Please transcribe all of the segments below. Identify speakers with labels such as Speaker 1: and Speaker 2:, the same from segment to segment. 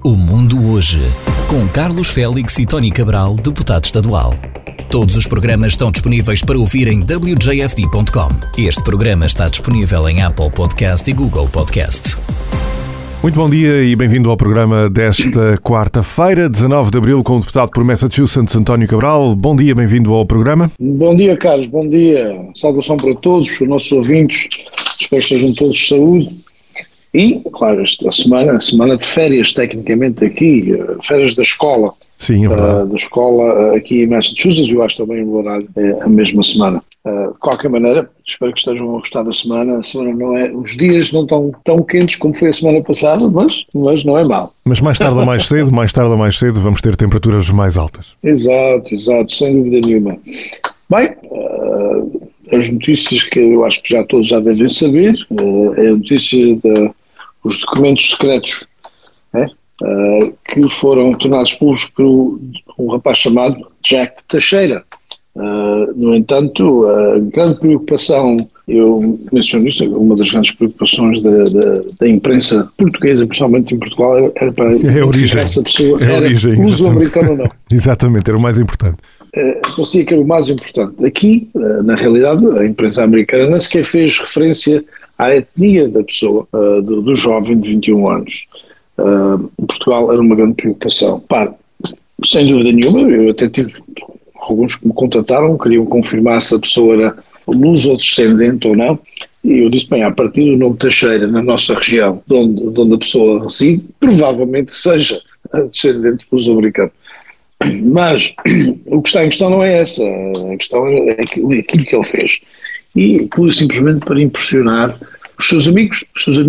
Speaker 1: O Mundo Hoje, com Carlos Félix e Tony Cabral, deputado estadual. Todos os programas estão disponíveis para ouvir em wjfd.com. Este programa está disponível em Apple Podcast e Google Podcast.
Speaker 2: Muito bom dia e bem-vindo ao programa desta quarta-feira, 19 de abril, com o deputado por Massachusetts, António Cabral. Bom dia, bem-vindo ao programa.
Speaker 3: Bom dia, Carlos, bom dia. Saudação para todos, os nossos ouvintes. Espero que estejam todos de saúde. E, claro, esta semana de férias, tecnicamente aqui, férias da escola.
Speaker 2: Sim, é verdade.
Speaker 3: Da escola aqui em Massachusetts, eu acho também o horário é a mesma semana. De qualquer maneira, espero que estejam a gostar da semana. A semana não é, os dias não estão tão quentes como foi a semana passada, mas não é mal.
Speaker 2: Mas mais tarde ou mais cedo, vamos ter temperaturas mais altas.
Speaker 3: Exato, sem dúvida nenhuma. Bem, as notícias que eu acho que todos já devem saber, é a notícia dos documentos secretos, que foram tornados públicos por um rapaz chamado Jack Teixeira. No entanto, a grande preocupação, eu menciono isso, uma das grandes preocupações da imprensa portuguesa, principalmente em Portugal, era para
Speaker 2: origem,
Speaker 3: essa pessoa era luso-americano ou não.
Speaker 2: Exatamente, era o mais importante.
Speaker 3: Parecia que era o mais importante. Aqui, na realidade, a imprensa americana nem sequer fez referência à etnia da pessoa, do jovem de 21 anos. Em Portugal era uma grande preocupação. Sem dúvida nenhuma, eu até tive alguns que me contataram, queriam confirmar se a pessoa era luso ou descendente ou não, e eu disse, a partir do nome Teixeira, na nossa região, de onde a pessoa reside, provavelmente seja descendente luso-americano. Mas o que está em questão não é essa, a questão é aquilo que ele fez. E pura e simplesmente para impressionar os seus amigos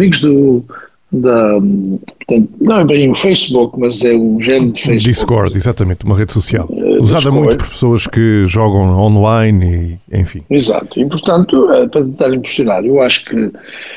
Speaker 3: não é bem o Facebook, mas é um género de Facebook.
Speaker 2: Discord, exatamente, uma rede social. Usada muito por pessoas que jogam online e enfim.
Speaker 3: Exato, e portanto, para tentar impressionar, eu acho que,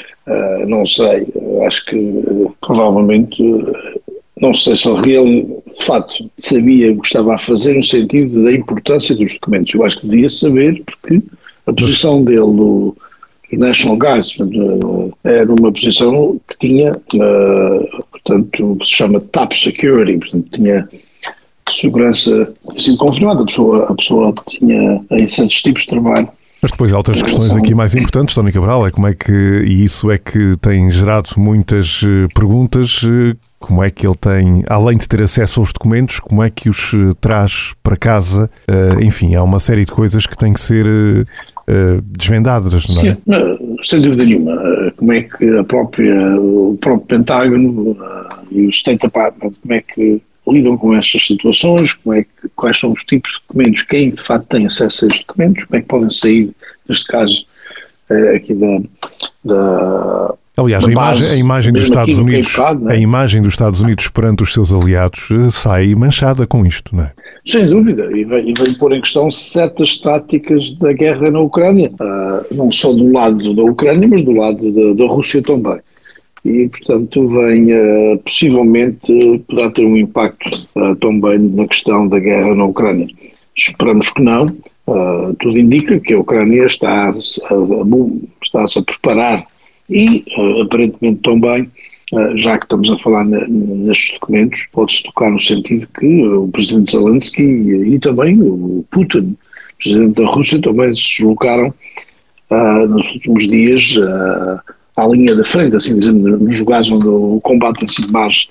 Speaker 3: acho que provavelmente, não sei se ele de facto sabia o que estava a fazer no sentido da importância dos documentos. Eu acho que devia saber, porque a posição dele do National Guard era uma posição que tinha, portanto, que se chama top security, portanto, tinha segurança, sido confirmada, a pessoa tinha em certos tipos de trabalho.
Speaker 2: Mas depois há outras questões aqui mais importantes, Tony Cabral, e isso é que tem gerado muitas perguntas, como é que ele tem, além de ter acesso aos documentos, como é que os traz para casa, enfim, há uma série de coisas que têm que ser desvendadas, não é?
Speaker 3: Sim, sem dúvida nenhuma. Como é que o próprio Pentágono e o State Department, como é que lidam com estas situações, quais são os tipos de documentos, quem de facto tem acesso a estes documentos, como é que podem sair, neste caso, aqui da
Speaker 2: aliás, a imagem dos Estados Unidos, a imagem dos Estados Unidos perante os seus aliados sai manchada com isto, não é?
Speaker 3: Sem dúvida, e vem pôr em questão certas táticas da guerra na Ucrânia, não só do lado da Ucrânia, mas do lado da Rússia também. E, portanto, possivelmente poderá ter um impacto também na questão da guerra na Ucrânia. Esperamos que não. Tudo indica que a Ucrânia está-se a preparar e, aparentemente também, já que estamos a falar nestes documentos, pode-se tocar no sentido que o presidente Zelensky e também o Putin, presidente da Rússia, também se deslocaram nos últimos dias à linha da frente, assim dizendo, nos lugares onde o combate tem sido mais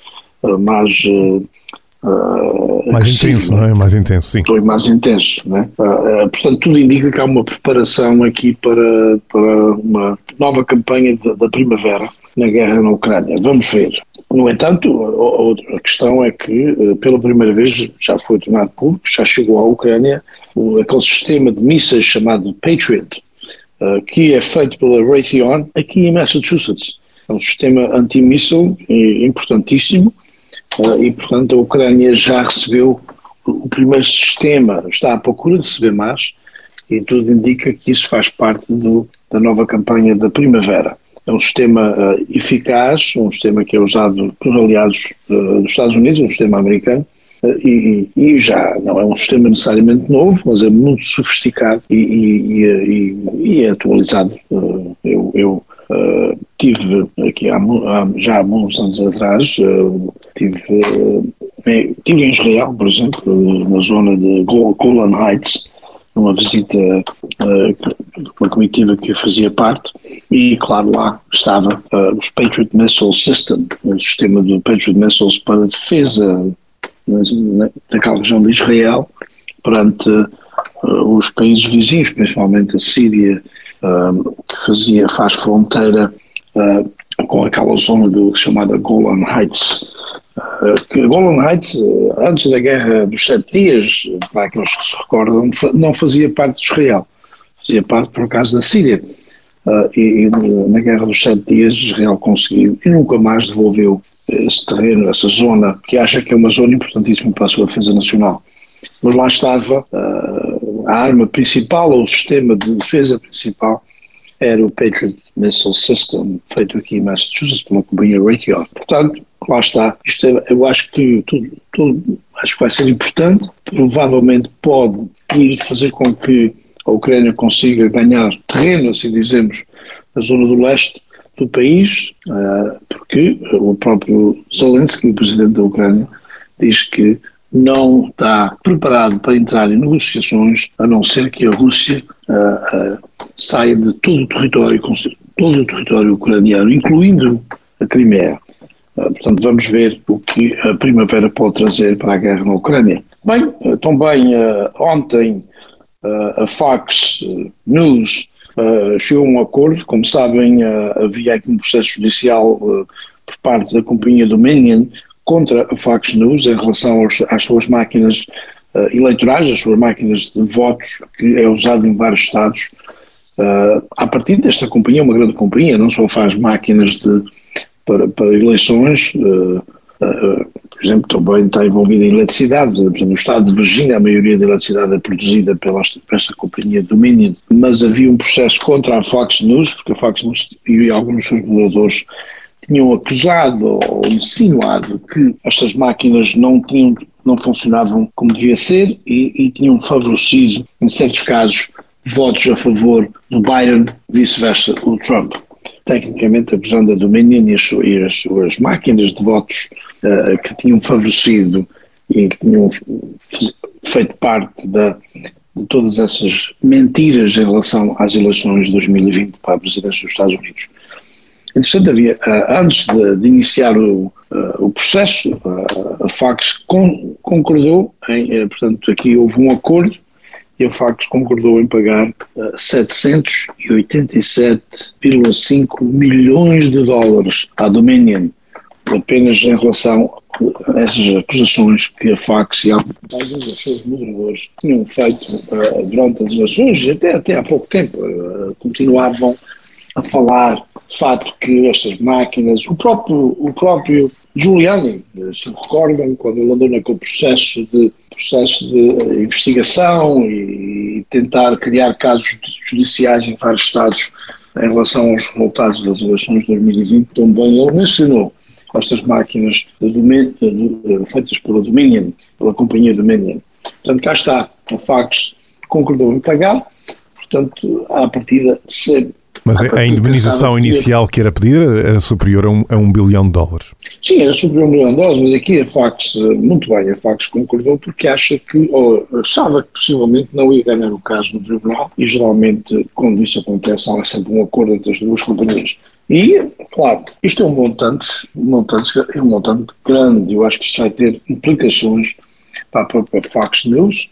Speaker 2: intenso, não é? Mais intenso, sim.
Speaker 3: Foi mais intenso, não é? Portanto, tudo indica que há uma preparação aqui para uma nova campanha da primavera na guerra na Ucrânia. Vamos ver. No entanto, a questão é que, pela primeira vez, já foi tornado público, já chegou à Ucrânia aquele sistema de mísseis chamado Patriot, que é feito pela Raytheon aqui em Massachusetts. É um sistema antimíssil importantíssimo e, portanto, a Ucrânia já recebeu o primeiro sistema, está à procura de receber mais e tudo indica que isso faz parte da nova campanha da primavera. É um sistema eficaz, um sistema que é usado por aliados dos Estados Unidos, um sistema americano, e já não é um sistema necessariamente novo, mas é muito sofisticado e é atualizado. Eu tive aqui já há muitos anos atrás, tive em Israel, por exemplo, na zona de Golan Heights, numa visita, uma comitiva que eu fazia parte, e claro, lá estava os Patriot Missile System, o sistema do Patriot Missiles para defesa daquela região de Israel perante os países vizinhos, principalmente a Síria, que faz fronteira com aquela zona chamada Golan Heights. Golan Heights, antes da Guerra dos 7 Dias, para aqueles que se recordam, não fazia parte de Israel, fazia parte, por acaso, da Síria. E na Guerra dos 7 Dias, Israel conseguiu e nunca mais devolveu esse terreno, essa zona, que acha que é uma zona importantíssima para a sua defesa nacional. Mas lá estava a arma principal, ou o sistema de defesa principal, era o Patriot Missile System, feito aqui em Massachusetts pela companhia Raytheon. Portanto, lá está. Eu acho que acho que vai ser importante, provavelmente pode ir fazer com que a Ucrânia consiga ganhar terreno, assim dizemos, na zona do leste do país, porque o próprio Zelensky, o presidente da Ucrânia, diz que não está preparado para entrar em negociações, a não ser que a Rússia saia de todo o território ucraniano, incluindo a Crimeia. Portanto, vamos ver o que a primavera pode trazer para a guerra na Ucrânia. Bem, também ontem a Fox News chegou a um acordo. Como sabem, havia aqui um processo judicial por parte da companhia Dominion contra a Fox News em relação às suas máquinas eleitorais, as suas máquinas de votos, que é usado em vários estados. A partir desta companhia, uma grande companhia, não só faz máquinas para eleições, por exemplo, também está envolvida em eletricidade. Por exemplo, no estado de Virgínia, a maioria da eletricidade é produzida pela esta companhia Dominion, mas havia um processo contra a Fox News, porque a Fox News e alguns dos seus moderadores tinham acusado ou insinuado que estas máquinas não funcionavam como devia ser e tinham favorecido, em certos casos, votos a favor do Biden, vice-versa, o Trump. Tecnicamente, acusando a Dominion e as suas máquinas de votos que tinham favorecido e que tinham feito parte de todas essas mentiras em relação às eleições de 2020 para a presidência dos Estados Unidos. Entretanto, antes de iniciar o processo, a Fox concordou, portanto, aqui houve um acordo, e a Fox concordou em pagar 787,5 milhões de dólares à Dominion, apenas em relação a essas acusações que a Fox e alguns dos seus moderadores tinham feito durante as eleições, e até há pouco tempo continuavam a falar de facto que estas máquinas, o próprio Giuliani, se recordam, quando ele andou naquele processo de investigação e tentar criar casos judiciais em vários estados em relação aos resultados das eleições de 2020, também ele mencionou estas máquinas feitas pela Dominion, pela companhia Dominion. Portanto, cá está, a Fox concordou em pagar, portanto, à partida sempre.
Speaker 2: Mas a indemnização inicial que era pedida era superior a $1 bilhão.
Speaker 3: Sim, era superior a $1 bilhão, mas aqui a Fox, muito bem, a Fox concordou porque acha que, ou achava que possivelmente não ia ganhar o caso no tribunal, e geralmente quando isso acontece há sempre um acordo entre as duas companhias. E, claro, isto é um montante grande, eu acho que isto vai ter implicações para a própria Fox News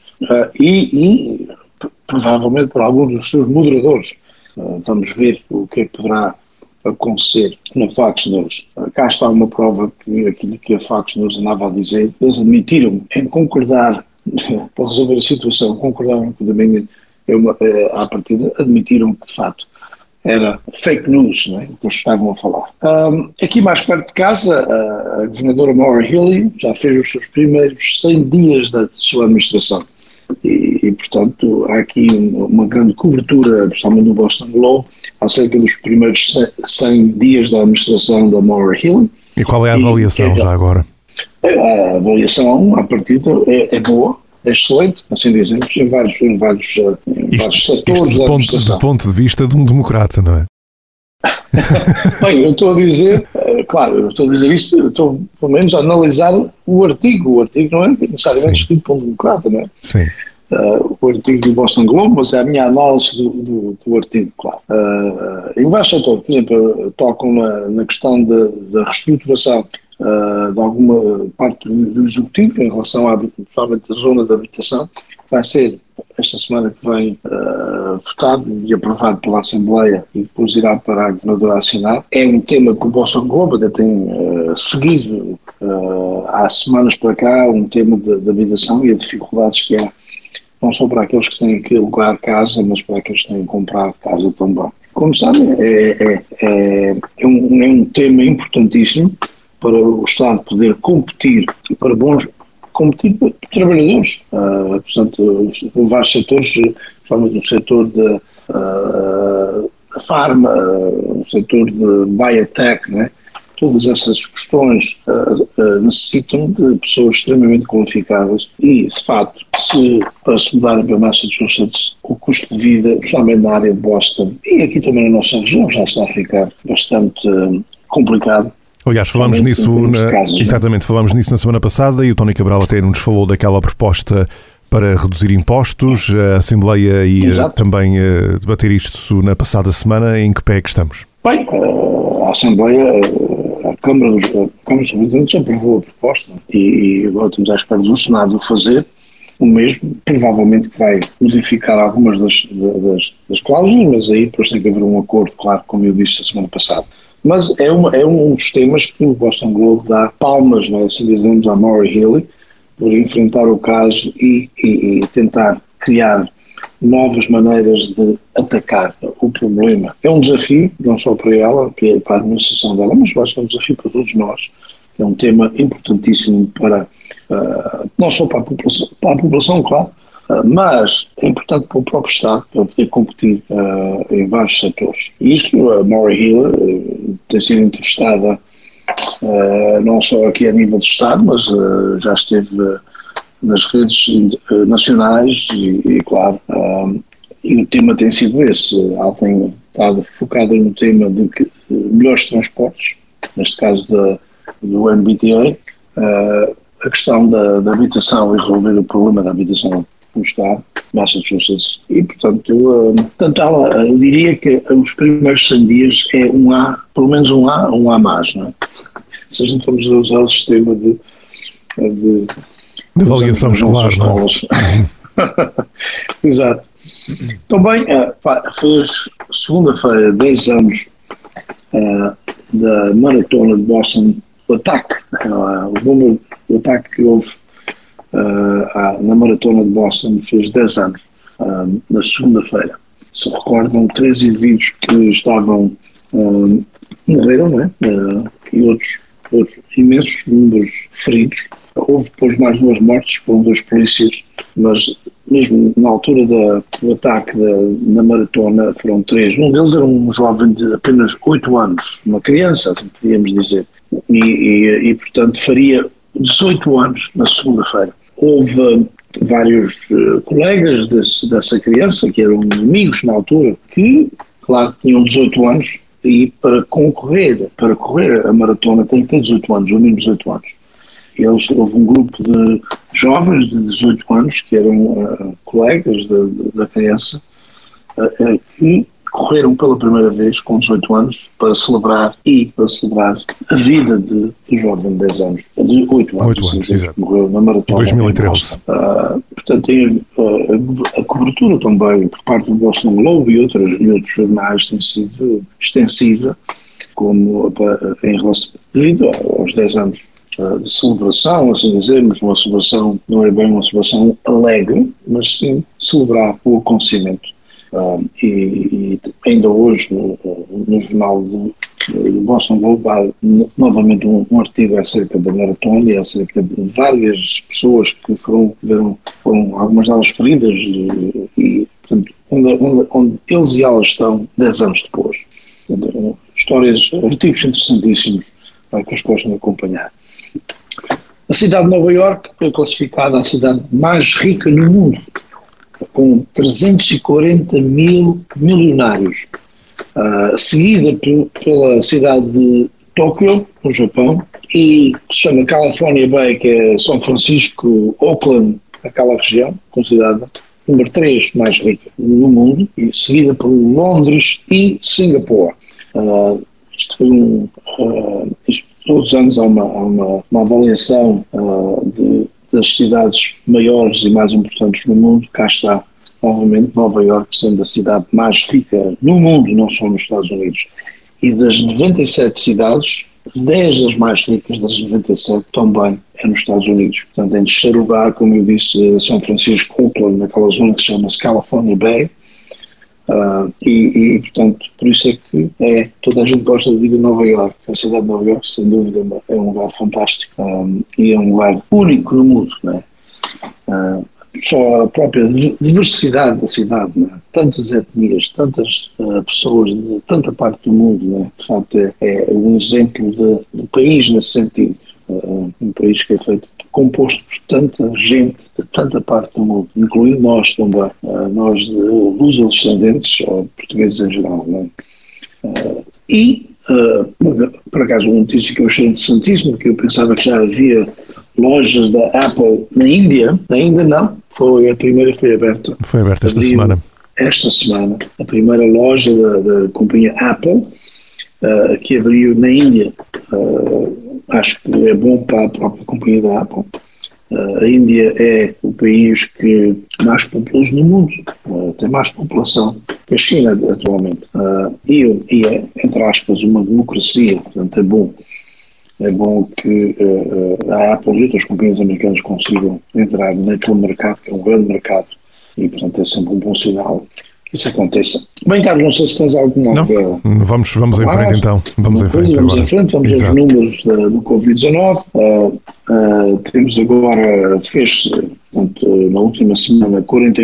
Speaker 3: e provavelmente para alguns dos seus moderadores. Vamos ver o que poderá acontecer na Fox News. Cá está uma prova que aquilo que a Fox News andava a dizer, eles admitiram em concordar, para resolver a situação, concordaram com o Dominion, à partida, admitiram que de facto era fake news, não é? O que eles estavam a falar. Aqui mais perto de casa, a governadora Maura Healey já fez os seus primeiros 100 dias da sua administração. E, portanto, há aqui uma grande cobertura, principalmente no Boston Globe, acerca dos primeiros 100 dias da administração da Maura Healey.
Speaker 2: E qual é a avaliação já agora?
Speaker 3: A avaliação, à partida, é boa, é excelente, assim dizemos, em vários setores da administração.
Speaker 2: Do ponto de vista de um democrata, não é?
Speaker 3: Bem, eu estou a dizer, claro, eu estou a dizer isto, eu estou pelo menos a analisar o artigo não é necessariamente escrito por um democrata, não é?
Speaker 2: Sim.
Speaker 3: O artigo do Boston Globe, mas é a minha análise do artigo, claro. Em vários setores, por exemplo, tocam na questão da reestruturação de alguma parte do executivo em relação principalmente à zona de habitação, que vai ser esta semana que vem votado e aprovado pela Assembleia e depois irá para a Governadora assinar. É um tema que o Boston Globe até tem seguido há semanas para cá, um tema da habitação e as dificuldades que há, não só para aqueles que têm que alugar casa, mas para aqueles que têm que comprar casa também. Como sabem, é um tema importantíssimo para o Estado poder competir para competir para trabalhadores. Portanto, vários setores, principalmente o setor da farma, o setor de biotech, né? Todas essas questões necessitam de pessoas extremamente qualificadas e, de facto, para se mudarem para Massachusetts, o custo de vida, principalmente na área de Boston e aqui também na nossa região, já está a ficar bastante complicado.
Speaker 2: Aliás, falámos nisso, exatamente, falámos nisso na semana passada e o Tony Cabral até nos falou daquela proposta para reduzir impostos. A Assembleia ia também debater isto na passada semana. Em que pé é que estamos?
Speaker 3: Bem, a Assembleia, a Câmara dos Representantes aprovou a proposta e agora estamos à espera do Senado fazer o mesmo, provavelmente que vai modificar algumas das cláusulas, mas aí depois tem que haver um acordo, claro, como eu disse a semana passada. Mas é um dos temas que o Boston Globe dá palmas, não é, assim dizemos, a Maura Healey, por enfrentar o caso e tentar criar novas maneiras de atacar o problema. É um desafio, não só para ela, para a administração dela, mas acho que é um desafio para todos nós. É um tema importantíssimo para, não só para a população, claro, mas é importante para o próprio Estado, para poder competir em vários setores. Isso, a Maura Healey tem sido entrevistada não só aqui a nível do Estado, mas já esteve nas redes nacionais e claro, e o tema tem sido esse. Ela tem estado focada no tema de melhores transportes, neste caso do MBTA, a questão da habitação e resolver o problema da habitação no Estado, Massachusetts, e portanto ela, eu diria que os primeiros 100 dias é um A, pelo menos um A mais, não é? Se a gente formos usar o sistema de
Speaker 2: avaliação escolar, não é?
Speaker 3: Exato. Também fez segunda-feira 10 anos da Maratona de Boston, o ataque, o ataque que houve na Maratona de Boston fez 10 anos, na segunda-feira. Se recordam, 3 indivíduos que estavam, morreram, não é? E outros imensos números feridos. Houve depois mais 2 mortes, foram 2 polícias, mas mesmo na altura do ataque na maratona foram 3. Um deles era um jovem de apenas 8 anos, uma criança, podíamos dizer, e portanto faria 18 anos na segunda-feira. Houve vários colegas dessa criança, que eram amigos na altura, que, claro, tinham 18 anos e para correr a maratona tem que ter 18 anos, ou menos 18 anos. Houve um grupo de jovens de 18 anos, que eram colegas da criança, que correram pela primeira vez com 18 anos para celebrar a vida do jovem de 10 anos, de 8 anos,
Speaker 2: exato.
Speaker 3: Morreu na maratona.
Speaker 2: 2013.
Speaker 3: Portanto, tem a cobertura também por parte do Boston Globe e outros jornais tem sido extensiva, como em relação, devido aos 10 anos de celebração, assim dizemos, uma celebração, não é bem uma celebração alegre, mas sim celebrar o acontecimento. E ainda hoje no jornal do Boston Globe há novamente um artigo acerca da maratona e acerca de várias pessoas que foram algumas delas feridas e portanto, onde eles e elas estão 10 anos depois. Histórias, artigos interessantíssimos para que os possam acompanhar. A cidade de Nova Iorque foi classificada a cidade mais rica no mundo, com 340 mil milionários. seguida pela cidade de Tóquio, no Japão, e se chama California Bay, que é São Francisco, Oakland, aquela região, considerada número 3 mais rica no mundo, e seguida por Londres e Singapura. Isto foi todos os anos há uma avaliação das cidades maiores e mais importantes no mundo. Cá está, novamente, Nova Iorque sendo a cidade mais rica no mundo, não só nos Estados Unidos. E das 97 cidades, 10 das mais ricas das 97 também é nos Estados Unidos. Portanto, em terceiro lugar, como eu disse, São Francisco, Oakland, naquela zona que se chama-se California Bay. Portanto, por isso é que toda a gente gosta de ir a Nova Iorque. A cidade de Nova Iorque, sem dúvida, é um lugar fantástico e é um lugar único no mundo, não é? Só a própria diversidade da cidade, não é? Tantas etnias, tantas pessoas de tanta parte do mundo, não é? De facto, é um exemplo do país nesse sentido. Um país que é composto por tanta gente de tanta parte do mundo, incluindo nós também, nós dos descendentes, ou portugueses em geral, não é? Por acaso, uma notícia que eu achei interessantíssima, que eu pensava que já havia lojas da Apple na Índia, ainda não, a primeira foi aberta.
Speaker 2: Foi aberta esta semana.
Speaker 3: Esta semana, a primeira loja da companhia Apple, que abriu na Índia. Acho que é bom para a própria companhia da Apple. A Índia é o país mais populoso no mundo, tem mais população que a China atualmente, e é, entre aspas, uma democracia. Portanto, é bom que a Apple e outras companhias americanas consigam entrar naquele mercado, que é um grande mercado, e portanto é sempre um bom sinal que isso aconteça. Bem, Carlos, não sei se tens alguma...
Speaker 2: Não, vamos em frente então. Vamos em frente
Speaker 3: aos números do Covid-19. Temos agora, fez-se, na última semana,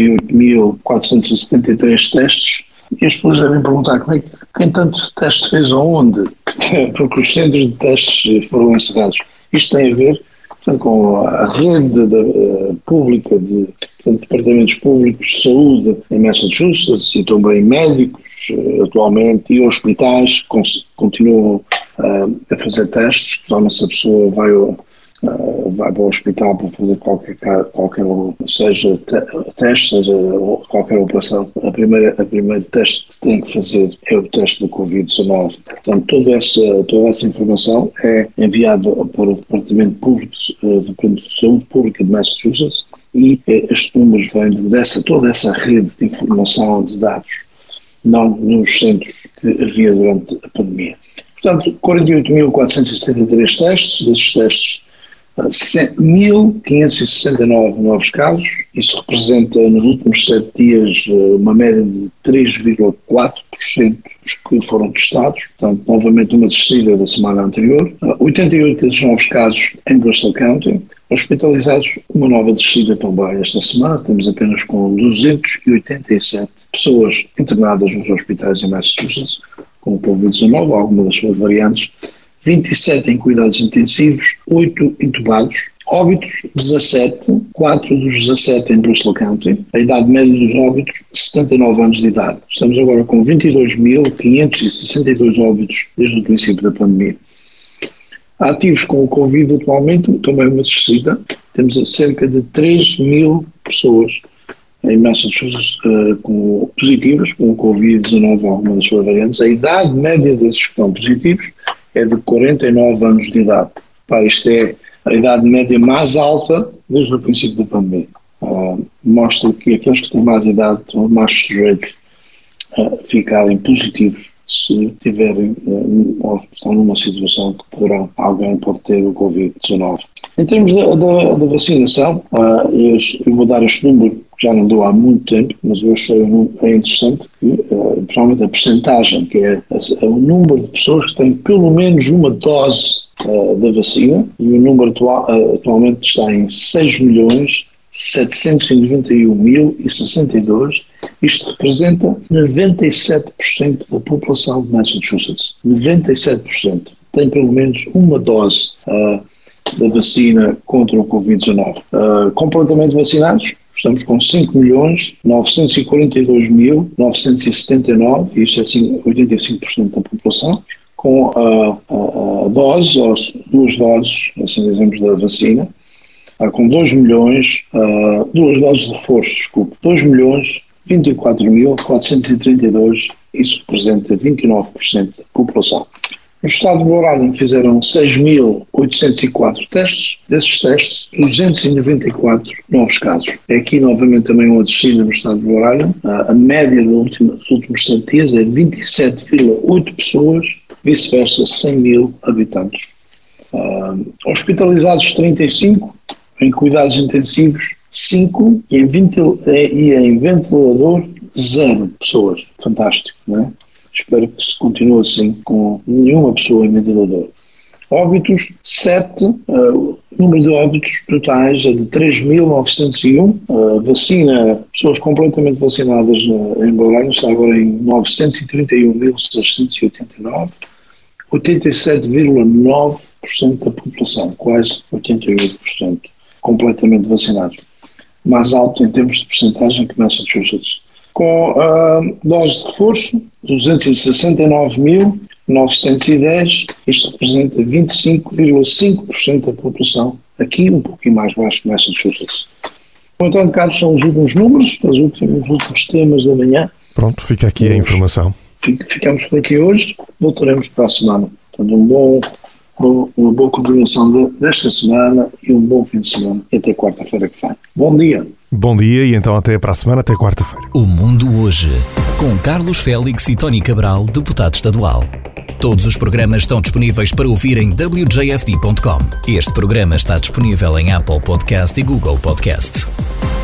Speaker 3: 48.473 testes. E as pessoas devem perguntar quem tanto testes fez aonde? Porque os centros de testes foram encerrados. Isto tem a ver, portanto, com a rede pública de departamentos públicos de saúde em Massachusetts e também médicos atualmente e hospitais que continuam a fazer testes. Portanto, a pessoa vai para o hospital para fazer qualquer seja teste, seja qualquer operação. A primeira teste que tem que fazer é o teste do Covid-19. Portanto, toda essa informação é enviada para o Departamento de Saúde Pública de Massachusetts e estes números vêm de toda essa rede de informação de dados, não nos centros que havia durante a pandemia. Portanto, 48.473 testes, desses testes 1.569 novos casos, isso representa nos últimos 7 dias uma média de 3,4% dos que foram testados, portanto novamente uma descida da semana anterior. 88 desses novos casos em Bristol County, hospitalizados, uma nova descida também esta semana, temos apenas com 287 pessoas internadas nos hospitais em Massachusetts com o Covid-19, algumas das suas variantes, 27 em cuidados intensivos, 8 intubados, óbitos 17, 4 dos 17 em Bristol County, a idade média dos óbitos 79 anos de idade. Estamos agora com 22.562 óbitos desde o princípio da pandemia. Ativos com o Covid atualmente, também uma descida, temos cerca de 3.000 pessoas em Massachusetts positivas com o Covid-19, algumas das suas variantes. A idade média desses que estão positivos é de 49 anos de idade. Isto é a idade média mais alta desde o princípio da pandemia. Mostra que aqueles que têm mais idade estão mais sujeitos a ficarem positivos se tiverem ou estão numa situação que alguém pode ter o Covid-19. Em termos da vacinação, eu vou dar este número que já não dou há muito tempo, mas eu achei interessante que, principalmente a percentagem, que é o número de pessoas que têm pelo menos uma dose da vacina, e o número atualmente está em 6.791.062, isto representa 97% da população de Massachusetts. 97% tem pelo menos uma dose da vacina contra o Covid-19. Completamente vacinados, estamos com 5.942.979, isto é assim, 85% da população, com a dose, ou 2 doses, assim dizemos, da vacina, com 2 milhões, 2 doses de reforço, desculpe, 2.024.432, isso representa 29% da população. No estado de Roraima fizeram 6.804 testes, desses testes 294 novos casos. É aqui novamente também uma descida no estado de Roraima, a média dos últimos 7 dias é 27,8 pessoas, vice-versa 100 mil habitantes. Hospitalizados 35, em cuidados intensivos 5 e em ventilador 0 pessoas. Fantástico, não é? Espero que se continue assim, com nenhuma pessoa em ventilador. Óbitos 7, o número de óbitos totais é de 3.901. Vacina, pessoas completamente vacinadas em Roraima está agora em 931.689. 87,9% da população, quase 88%, completamente vacinados. Mais alto em termos de percentagem que Massachusetts. Com dose de reforço, 269.910, isto representa 25,5% da população, aqui um pouquinho mais baixo que Massachusetts. Então, Carlos, são os últimos números, os últimos temas da manhã.
Speaker 2: Pronto, fica aqui a informação.
Speaker 3: Ficamos por aqui hoje, voltaremos para a semana. Portanto, uma boa continuação desta semana e um bom fim de semana e até quarta-feira que vem. Bom dia.
Speaker 2: Bom dia e então até para a semana, até quarta-feira.
Speaker 1: O Mundo Hoje, com Carlos Félix e Tony Cabral, deputado estadual. Todos os programas estão disponíveis para ouvir em wjfd.com. Este programa está disponível em Apple Podcast e Google Podcast.